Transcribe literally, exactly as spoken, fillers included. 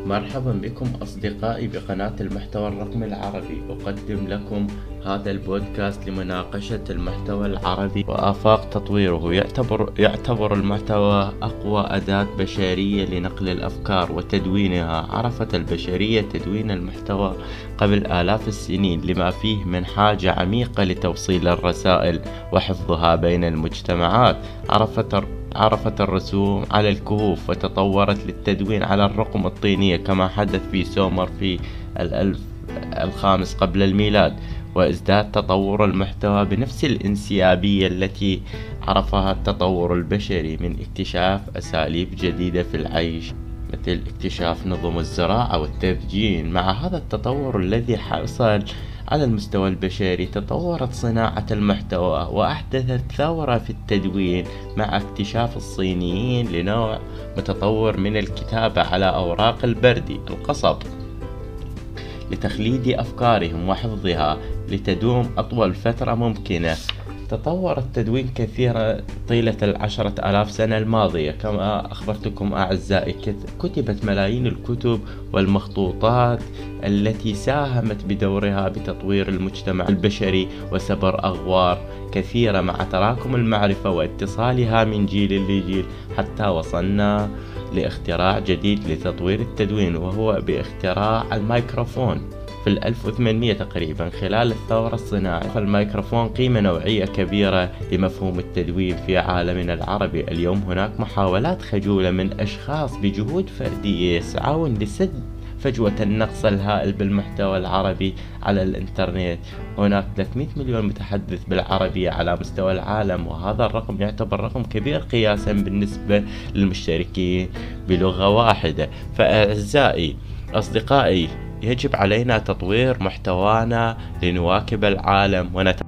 مرحبا بكم أصدقائي بقناة المحتوى الرقمي العربي. أقدم لكم هذا البودكاست لمناقشة المحتوى العربي وآفاق تطويره. يعتبر, يعتبر المحتوى أقوى أداة بشرية لنقل الأفكار وتدوينها. عرفت البشرية تدوين المحتوى قبل آلاف السنين، لما فيه من حاجة عميقة لتوصيل الرسائل وحفظها بين المجتمعات. عرفت عرفت الرسوم على الكهوف وتطورت للتدوين على الرقم الطينية، كما حدث في سومر في الألف الخامس قبل الميلاد. وازداد تطور المحتوى بنفس الانسيابية التي عرفها التطور البشري، من اكتشاف أساليب جديدة في العيش مثل اكتشاف نظم الزراعة والتدجين. مع هذا التطور الذي حصل على المستوى البشري، تطورت صناعة المحتوى وأحدثت ثورة في التدوين مع اكتشاف الصينيين لنوع متطور من الكتابة على أوراق البردي القصب لتخليد أفكارهم وحفظها لتدوم أطول فترة ممكنة. تطور التدوين كثيرا طيلة العشرة آلاف سنة الماضية. كما أخبرتكم أعزائي، كتبت ملايين الكتب والمخطوطات التي ساهمت بدورها بتطوير المجتمع البشري وسبر أغوار كثيرة، مع تراكم المعرفة واتصالها من جيل لجيل، حتى وصلنا لاختراع جديد لتطوير التدوين، وهو باختراع الميكروفون في الألف وثمانمائة تقريبا. خلال الثورة الصناعية فالميكروفون قيمة نوعية كبيرة لمفهوم التدوين في عالمنا العربي. اليوم هناك محاولات خجولة من أشخاص بجهود فردية يسعون لسد فجوة النقص الهائل بالمحتوى العربي على الإنترنت. هناك ثلاثمائة مليون متحدث بالعربية على مستوى العالم، وهذا الرقم يعتبر رقم كبير قياسا بالنسبة للمشتركين بلغة واحدة. فأعزائي أصدقائي، يجب علينا تطوير محتوانا لنواكب العالم ونت